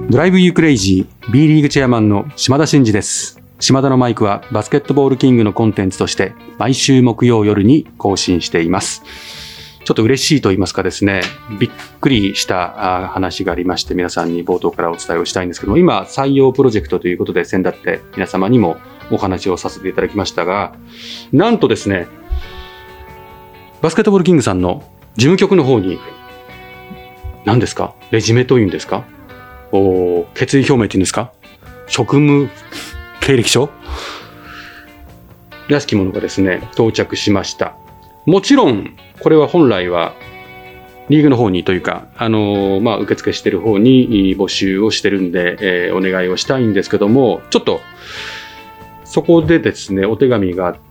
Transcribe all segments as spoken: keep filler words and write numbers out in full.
ドライブユークレイジー B リーグチェアマンの島田真二です。島田のマイクはバスケットボールキングのコンテンツとして毎週木曜夜に更新しています。ちょっと嬉しいと言いますかですね、びっくりした話がありまして、皆さんに冒頭からお伝えをしたいんですけども、今採用プロジェクトということで先立って皆様にもお話をさせていただきましたが、なんとですね、バスケットボールキングさんの事務局の方に何ですか、レジュメというんですか、お決意表明というんですか、職務経歴書らしきものがですね到着しました。もちろんこれは本来はリーグの方にというか、あのーまあ、受付している方に募集をしてるんで、えー、お願いをしたいんですけども、ちょっとそこでですねお手紙があって、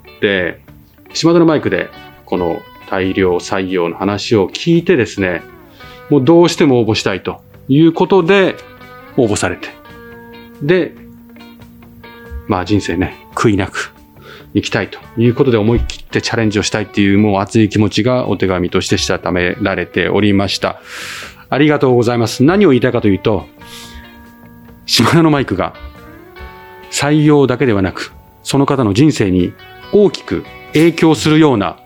島田のマイクでこの大量採用の話を聞いてですね、もうどうしても応募したいということで応募されて、でまあ人生ね悔いなく生きたいということで思い切ってチャレンジをしたいっていうもう熱い気持ちがお手紙としてしたためられておりました。ありがとうございます。何を言いたいかというと、島田のマイクが採用だけではなくその方の人生に大きく影響するような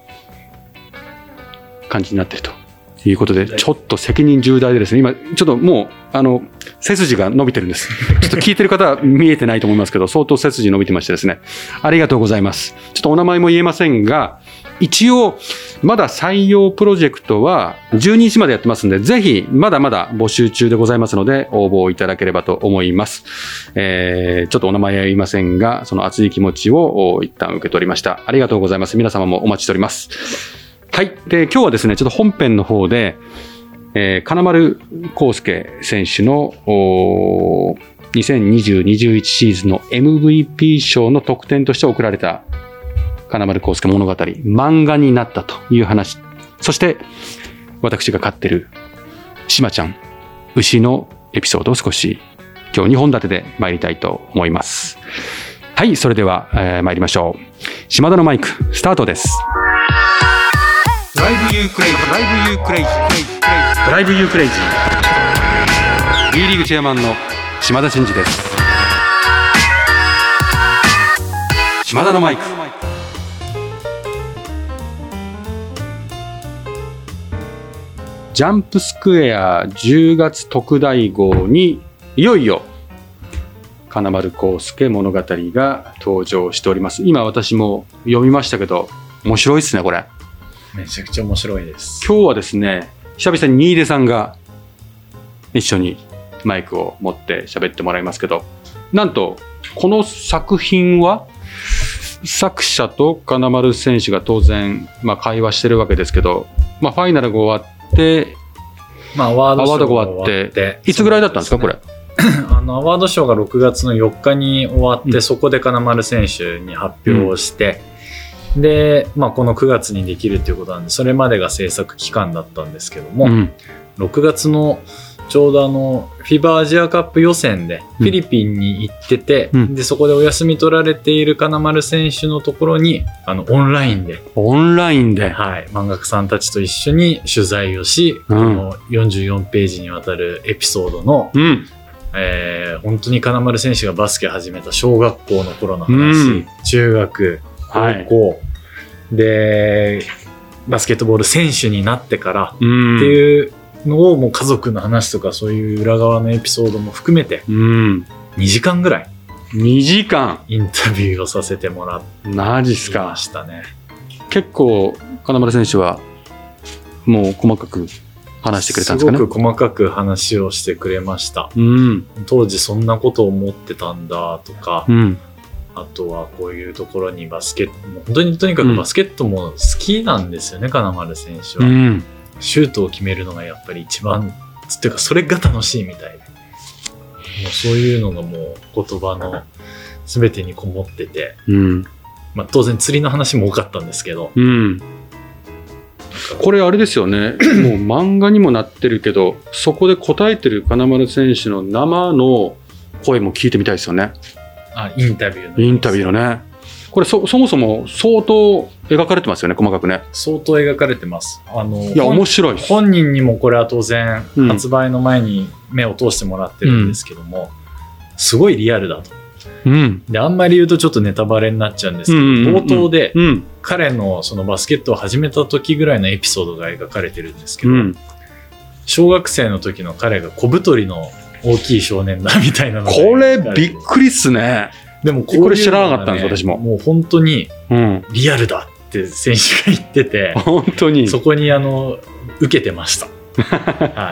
感じになっているということで、ちょっと責任重大でですね、今ちょっともうあの背筋が伸びてるんです。ちょっと聞いてる方は見えてないと思いますけど、相当背筋伸びてましてですね、ありがとうございます。ちょっとお名前も言えませんが、一応まだ採用プロジェクトはじゅうににちまでやってますんで、ぜひまだまだ募集中でございますので応募いただければと思います。えー、ちょっとお名前は言いませんが、その熱い気持ちを一旦受け取りました。ありがとうございます。皆様もお待ちしております。はい。で、今日はですね、ちょっと本編の方で、えー、金丸晃輔選手のにせんにじゅうにじゅういちシーズンの エムブイピー 賞の特典として贈られた金丸晃輔物語、漫画になったという話、そして私が飼ってるしまちゃん、牛のエピソードを少し今日にほん立てで参りたいと思います。はい。それでは、えー、参りましょう。島田のマイクスタートです。ドライブユークレイジー、ドライブユークレイジー、ドライブユークレイジー B リーグチェアマンの島田真二です。島田のマイク。ジャンプスクエアじゅうがつ特大号にいよいよ金丸晃輔物語が登場しております。今私も読みましたけど面白いですね。これめちゃくちゃ面白いです。 今日はですね、久々に新出さんが一緒にマイクを持って喋ってもらいますけど、なんとこの作品は作者と金丸選手が当然、まあ、会話してるわけですけど、まあ、ファイナルが終わって、 まあ、アワードショーが終わって、 いつぐらいだったんですか、これ。 あのアワードショーがろくがつのよっかに終わって、うん、そこで金丸選手に発表をして、うん、で、まあ、このくがつにできるということなんで、それまでが制作期間だったんですけども、うん、ろくがつのちょうどあのフィバアジアカップ予選でフィリピンに行ってて、うん、でそこでお休み取られている金丸選手のところにあのオンラインでオンラインで、 はい、漫画家さんたちと一緒に取材をし、うん、このよんじゅうよんページにわたるエピソードの、うんえー、本当に金丸選手がバスケ始めた小学校の頃の話、うん、中学高校、はい、でバスケットボール選手になってからっていうのをもう家族の話とかそういう裏側のエピソードも含めてにじかんぐらいにじかんインタビューをさせてもらってマジっすか。 ましたね。 結構金丸選手はもう細かく話してくれたんですかね。 すごく細かく話をしてくれました、うん、当時そんなことを思ってたんだとか、うん、あとはこういうところにバスケットも本当にとにかくバスケットも好きなんですよね、うん、金丸選手は、うん、シュートを決めるのがやっぱり一番っていうかそれが楽しいみたいで、もうそういうのがもう言葉の全てにこもってて、うんまあ、当然釣りの話も多かったんですけど、うん、 これあれですよねもう漫画にもなってるけどそこで答えてる金丸選手の生の声も聞いてみたいですよね。 あインタビューのインタビューのねこれ そ, そもそも相当描かれてますよね、細かくね。 相当描かれてます。あのいや面白い。 本人にもこれは当然、うん、発売の前に目を通してもらってるんですけども、うん、すごいリアルだと。うん、であんまり言うとちょっとネタバレになっちゃうんですけど、うんうんうん、冒頭で、うん、彼のそのバスケットを始めた時ぐらいのエピソードが描かれてるんですけど、うん、小学生の時の彼が小太りの大きい少年だみたいなのが、 これびっくりっすね。 でもこ, ういうの、ね、これ知らなかったんです私も。 もう本当にリアルだって選手が言ってて、 うん、本当にそこにあの受けてました、はい、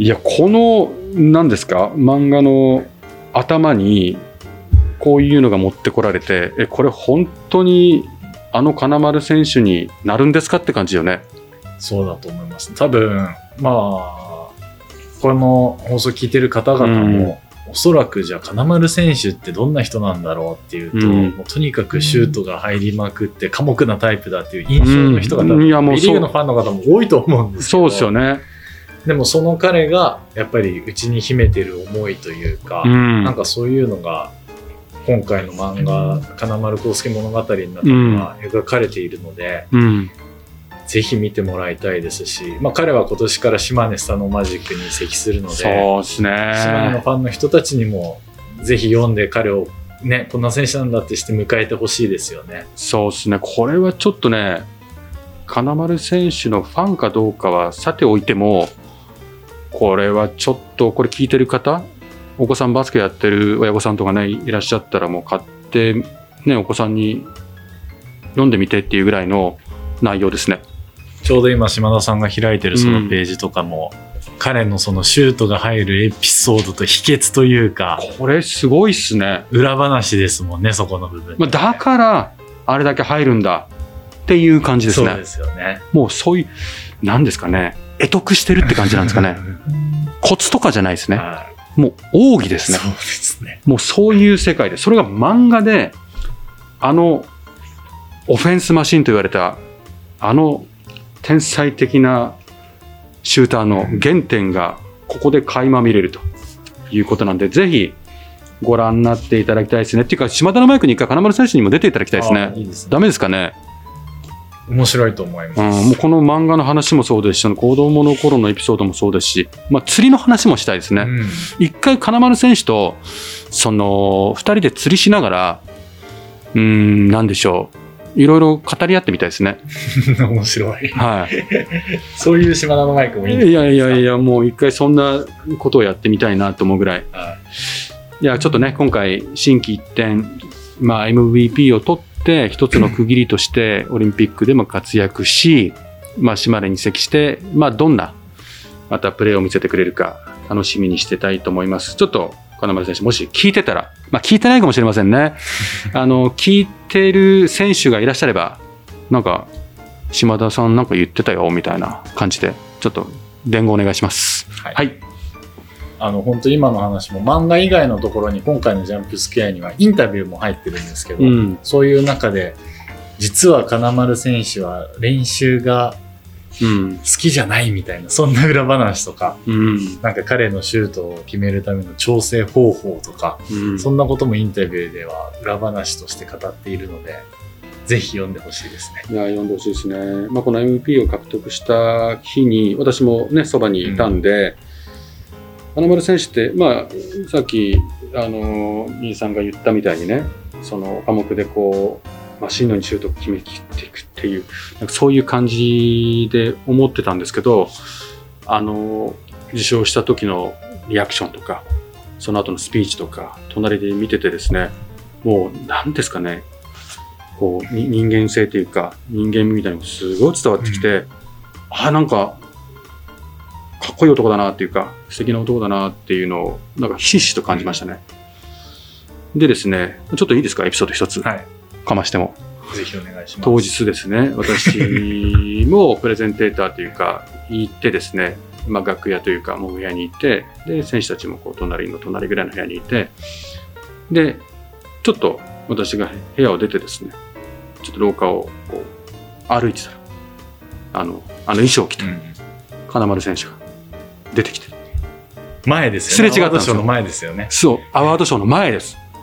いやこの何ですか、漫画の頭にこういうのが持ってこられて、えこれ本当にあの金丸選手になるんですかって感じよね。 そうだと思います。多分まあこの放送聞いてる方々も、うん、おそらくじゃあ金丸選手ってどんな人なんだろうっていうと、うん、もうとにかくシュートが入りまくって寡黙なタイプだっていう印象の人が多分、うん、いやもう B リーグのファンの方も多いと思うんですけど、 そうですよね。 でもその彼がやっぱりうちに秘めてる思いというか、うん、なんかそういうのが今回の漫画金丸康介物語の中では描かれているので、うん、ぜひ見てもらいたいですし、まあ、彼は今年から島根スタノマジックに移籍するので、 そうですね、 島根のファンの人たちにもぜひ読んで彼をね、こんな選手なんだってして迎えてほしいですよね。 そうですね、これはちょっとね、金丸選手のファンかどうかはさておいても、これはちょっとこれ聞いてる方、お子さんバスケやってる親御さんとかねいらっしゃったら、もう買ってねお子さんに読んでみてっていうぐらいの内容ですね。 ちょうど今島田さんが開いてるそのページとかも、うん、彼のそのシュートが入るエピソードと秘訣というか、 これすごいっすね。 裏話ですもんね、そこの部分、ね、 だからあれだけ入るんだっていう感じですね。 そうですよね。 もうそういうなんですかね、得得してるって感じなんですかねコツとかじゃないですね、はい、もう奥義ですね。 そうですね。 もうそういう世界で、それが漫画であのオフェンスマシンと言われたあの天才的なシューターの原点がここで垣間見れるということなんで、ぜひご覧になっていただきたいですね。っていうか島田のマイクに一回金丸選手にも出ていただきたいですね。 いいですね。 ダメですかね。 面白いと思います、 うん、もうこの漫画の話もそうですし、子供の頃のエピソードもそうですし、まあ、釣りの話もしたいですね、うん、一回金丸選手とそのふたりで釣りしながら、うーんなんでしょう、いろいろ語り合ってみたいですね面白い、 はい、 そういう島田のマイクもいいんですか。 いやいやいや、もう一回そんなことをやってみたいなと思うぐらい、はい、いやちょっとね今回心機一転、まあ、エムブイピー を取ってで一つの区切りとしてオリンピックでも活躍し、まあ、島根に移籍して、まあ、どんなまたプレーを見せてくれるか楽しみにしてたいと思います。ちょっと金丸選手もし聞いてたら、まあ、聞いてないかもしれませんねあの聞いてる選手がいらっしゃれば、なんか島田さんなんか言ってたよみたいな感じでちょっと伝言お願いします。はい、はい、 あの本当今の話も漫画以外のところに今回のジャンプスクエアにはインタビューも入ってるんですけど、うん、そういう中で実は金丸選手は練習が好きじゃないみたいな、そんな裏話とか、うん、なんか彼のシュートを決めるための調整方法とか、うん、そんなこともインタビューでは裏話として語っているので、ぜひ読んでほしいですね。 いや読んでほしいですね、まあ、この エムブイピー を獲得した日に私もねそばにいたんで、うん、金丸選手って、まあ、さっきあの兄さんが言ったみたいにね、その科目でこうマシンのようにシュートを決めきっていくっていう、なんかそういう感じで思ってたんですけど、あの受賞した時のリアクションとかその後のスピーチとか隣で見ててですね、もう何ですかね、こう人間性というか人間みたいなのがすごい伝わってきて、うん、あなんかかっこいい男だなっていうか素敵な男だなっていうのをなんかひしひしと感じましたね。でですね、ちょっといいですか、エピソード一つ、はい、かましてもぜひお願いします。 当日ですね、私もプレゼンテーターというか行ってですね、まあ、楽屋というかもう部屋にいて、で選手たちもこう隣の隣ぐらいの部屋にいて、でちょっと私が部屋を出てですね、ちょっと廊下をこう歩いてたら、あのあの衣装を着た、うん、金丸選手が出てきて、 前ですよね。 すれ違ったんですよ。 アワードショーの前ですよね。 そう、アワードショーの前です。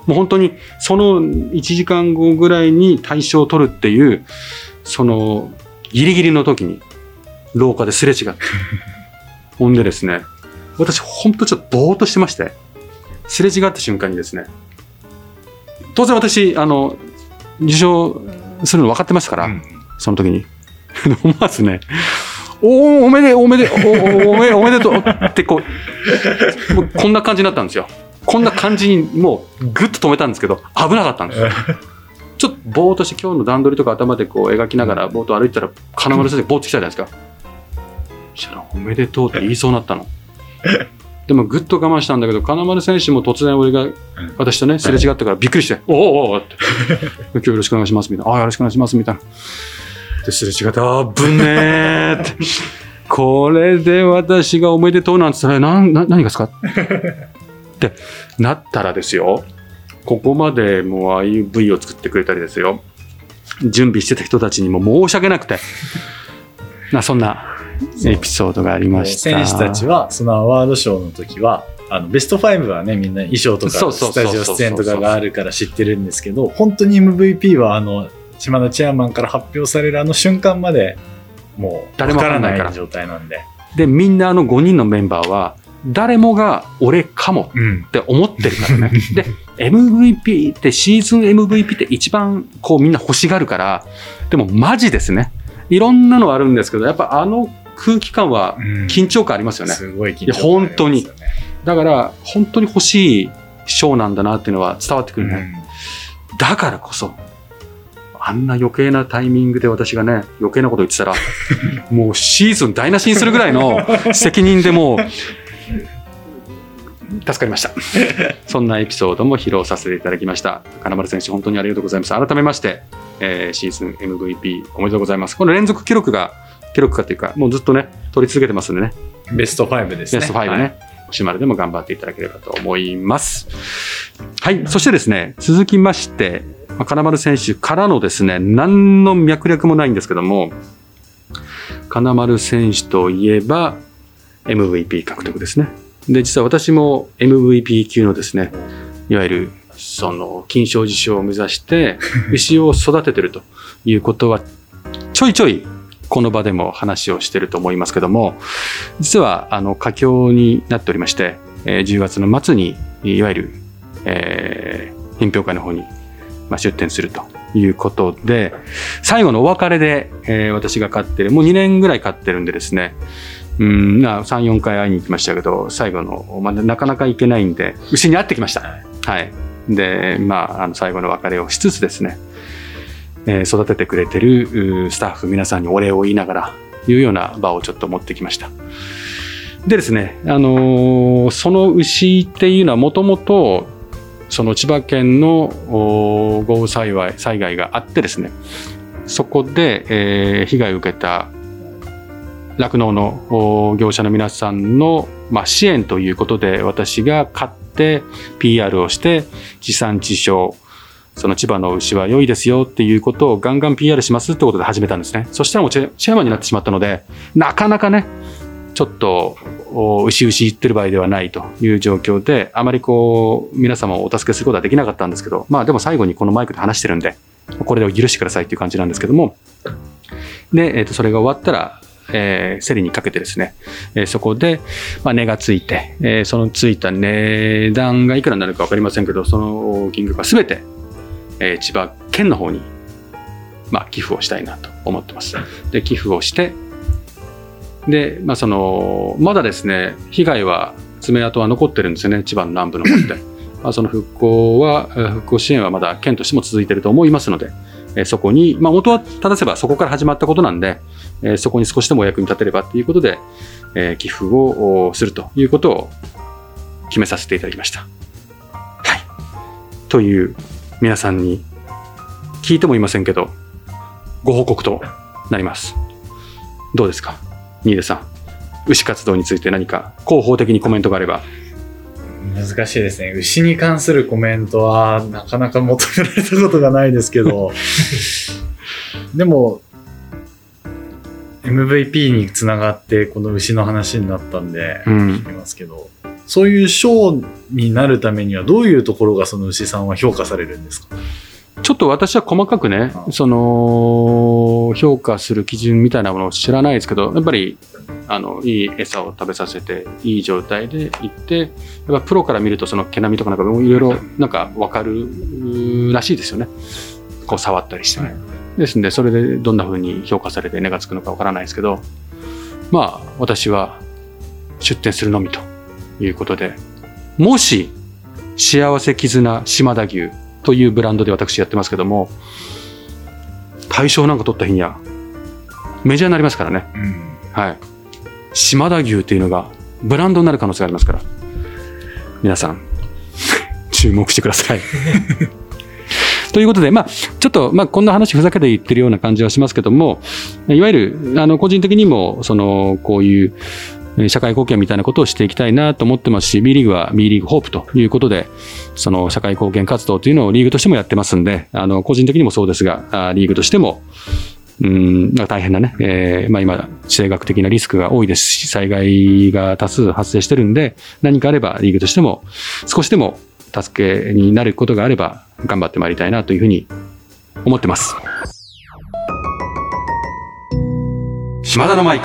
もう本当にそのいちじかんごぐらいに大賞を取るっていうそのギリギリの時に廊下ですれ違ってほんでですね、私本当ちょっとぼーっとしてまして、すれ違った瞬間にですね、当然私あの受賞するの分かってましたから、うん、その時に思わずね、おおめでおめでおおめおめでとうってこう、もうこんな感じになったんですよ。こんな感じにもうグッと止めたんですけど危なかったんですよ。ちょっとぼーっとして今日の段取りとか頭でこう描きながらぼーっと歩いてたら金丸先生ぼーっと来たじゃないですか。そしたらおめでとうって言いそうになったの。でもぐっと我慢したんだけど、金丸選手も突然俺が私とねすれ違ったからびっくりして、おおおって今日よろしくお願いしますみたいな、ああよろしくお願いしますみたいなですれ違って、あぶねーってこれで私がおめでとうなんて言ったら何何がですかってなったらですよ、ここまでもうああいう ブイ を作ってくれたりですよ、準備してた人たちにも申し訳なくてな、そんなエピソードがありました。 選手たちはそのアワードショーの時はあのベストファイブはね、みんな衣装とかスタジオ出演とかがあるから知ってるんですけど、本当に エムブイピー はあの島田チェアマンから発表されるあの瞬間までもう分からない状態なんで、 でみんなあのごにんのメンバーは誰もが俺かもって思ってるからね、うん、で エムブイピー ってシーズン エムブイピー って一番こうみんな欲しがるから、でもマジですね、いろんなのはあるんですけど、やっぱあの空気感は緊張感ありますよね、うん、 すごい緊張感ありますよね。 本当にだから本当に欲しいショーなんだなっていうのは伝わってくるね、うん、だからこそあんな余計なタイミングで私がね余計なこと言ってたらもうシーズン台無しにするぐらいの責任でもう助かりましたそんなエピソードも披露させていただきました。金丸選手本当にありがとうございます。改めまして、えー、シーズン エムブイピー おめでとうございます。この連続記録が記録かというかもうずっとね取り続けてますんでね、 ベストファイブですね。 ベストファイブね、はい、星丸でも頑張っていただければと思います。はい、そしてですね、続きまして金丸選手からのですね、何の脈略もないんですけども、金丸選手といえば エムブイピー 獲得ですね。で実は私も エムブイピー 級のですね、いわゆるその金賞受賞を目指して牛を育ててるということはちょいちょいこの場でも話をしていると思いますけども、実はあの佳境になっておりまして、えー、じゅうがつの末にいわゆる、えー、品評会の方に、まあ、出展するということで、最後のお別れで、えー、私が飼ってるもうにねんぐらい飼ってるんでですね、うんなさん、よんかい会いに行きましたけど、最後の、まあ、なかなか行けないんで牛に会ってきました。はい、で、まあ、あの最後の別れをしつつですね、えー、育ててくれてるスタッフ皆さんにお礼を言いながらいうような場をちょっと持ってきました。でですね、あのー、その牛っていうのはもともとその千葉県の豪雨災害、災害があってですね、そこで、えー、被害を受けた酪農の業者の皆さんの、まあ、支援ということで私が買って ピーアール をして地産地消、その千葉の牛は良いですよっていうことをガンガン ピーアール しますってことで始めたんですね。そしたらもうチェアマンになってしまったので、なかなかねちょっと牛牛言ってる場合ではないという状況で、あまりこう皆様をお助けすることはできなかったんですけど、まあでも最後にこのマイクで話してるんでこれで許してくださいっていう感じなんですけども、で、えー、とそれが終わったらえー、競りにかけてですね、えー、そこで、まあ、値がついて、えー、そのついた値段がいくらになるか分かりませんけど、その金額は全て、えー、千葉県の方に、まあ、寄付をしたいなと思ってます。で寄付をしてで、まあ、そのまだですね被害は爪痕は残ってるんですよね、千葉の南部の方でまあその復興は復興支援はまだ県としても続いていると思いますので、えー、そこに、まあ、元は正せばそこから始まったことなんで、えー、そこに少しでもお役に立てればということで、えー、寄付をするということを決めさせていただきました。はい。という皆さんに聞いてもいませんけどご報告となります。どうですか、新出さん、牛活動について何か広報的にコメントがあれば。 難しいですね。牛に関するコメントはなかなか求められたことがないですけどでもエムブイピー につながってこの牛の話になったんで、うん、聞きますけど、 そういう賞になるためにはどういうところがその牛さんは評価されるんですか？ ちょっと私は細かくね、その評価する基準みたいなものを知らないですけど、やっぱりあのいい餌を食べさせていい状態でいって、やっぱプロから見るとその毛並みとかなんかいろいろなんか分かるらしいですよね。こう触ったりしてね。ですのでそれでどんな風に評価されて値がつくのか分からないですけど、まあ私は出店するのみということで、もし幸せ絆島田牛というブランドで私やってますけども、大賞なんか取った日にはメジャーになりますからね、うん、はい、島田牛というのがブランドになる可能性がありますから、皆さん注目してくださいということで、まあ、ちょっと、まあ、こんな話ふざけて言ってるような感じはしますけども、いわゆるあの個人的にもそのこういう社会貢献みたいなことをしていきたいなと思ってますし、 B リーグは B リーグホープということで、その社会貢献活動というのをリーグとしてもやってますんで、あの個人的にもそうですが、リーグとしてもうん大変なね、えーまあ、今地政学的なリスクが多いですし、災害が多数発生してるんで、何かあればリーグとしても少しでも助けになることがあれば頑張ってまいりたいなというふうに思ってます。島田のマイク。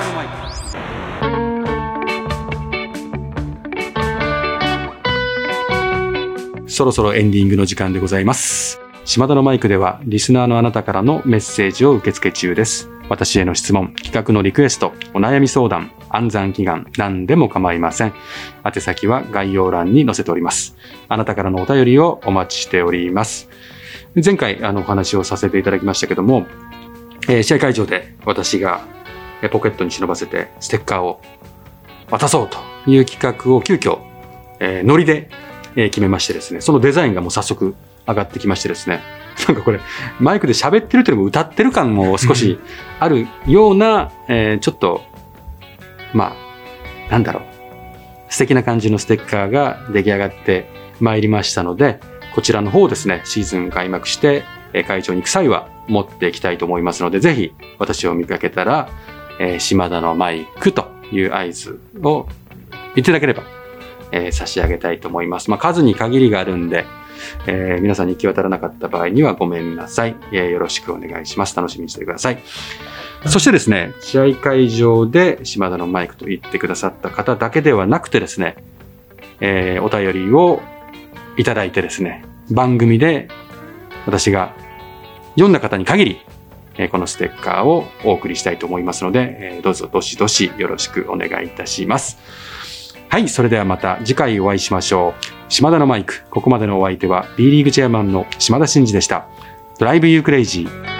そろそろエンディングの時間でございます。島田のマイクではリスナーのあなたからのメッセージを受け付け中です。私への質問、企画のリクエスト、お悩み相談、安産祈願、何でも構いません。宛先は概要欄に載せております。あなたからのお便りをお待ちしております。前回あのお話をさせていただきましたけども、えー、試合会場で私がポケットに忍ばせてステッカーを渡そうという企画を急遽、えー、ノリで決めましてですね、そのデザインがもう早速上がってきましてですね、なんかこれマイクで喋ってるというよりも歌ってる感も少しあるような、えー、ちょっとまあなんだろう、素敵な感じのステッカーが出来上がってまいりましたので、こちらの方ですね、シーズン開幕して会場に行く際は持っていきたいと思いますので、ぜひ私を見かけたら、えー、島田のマイクという合図を言っていただければえー、差し上げたいと思います。まあ、数に限りがあるんで、えー、皆さんに行き渡らなかった場合にはごめんなさい、えー、よろしくお願いします。楽しみにしてください。そしてですね、試合会場で島田のマイクと言ってくださった方だけではなくてですね、えー、お便りをいただいてですね、番組で私が読んだ方に限り、えー、このステッカーをお送りしたいと思いますので、えー、どうぞどしどしよろしくお願いいたします。はい、それではまた次回お会いしましょう。島田のマイク。ここまでのお相手は B リーグチェアマンの島田真二でした。ドライブユークレイジー。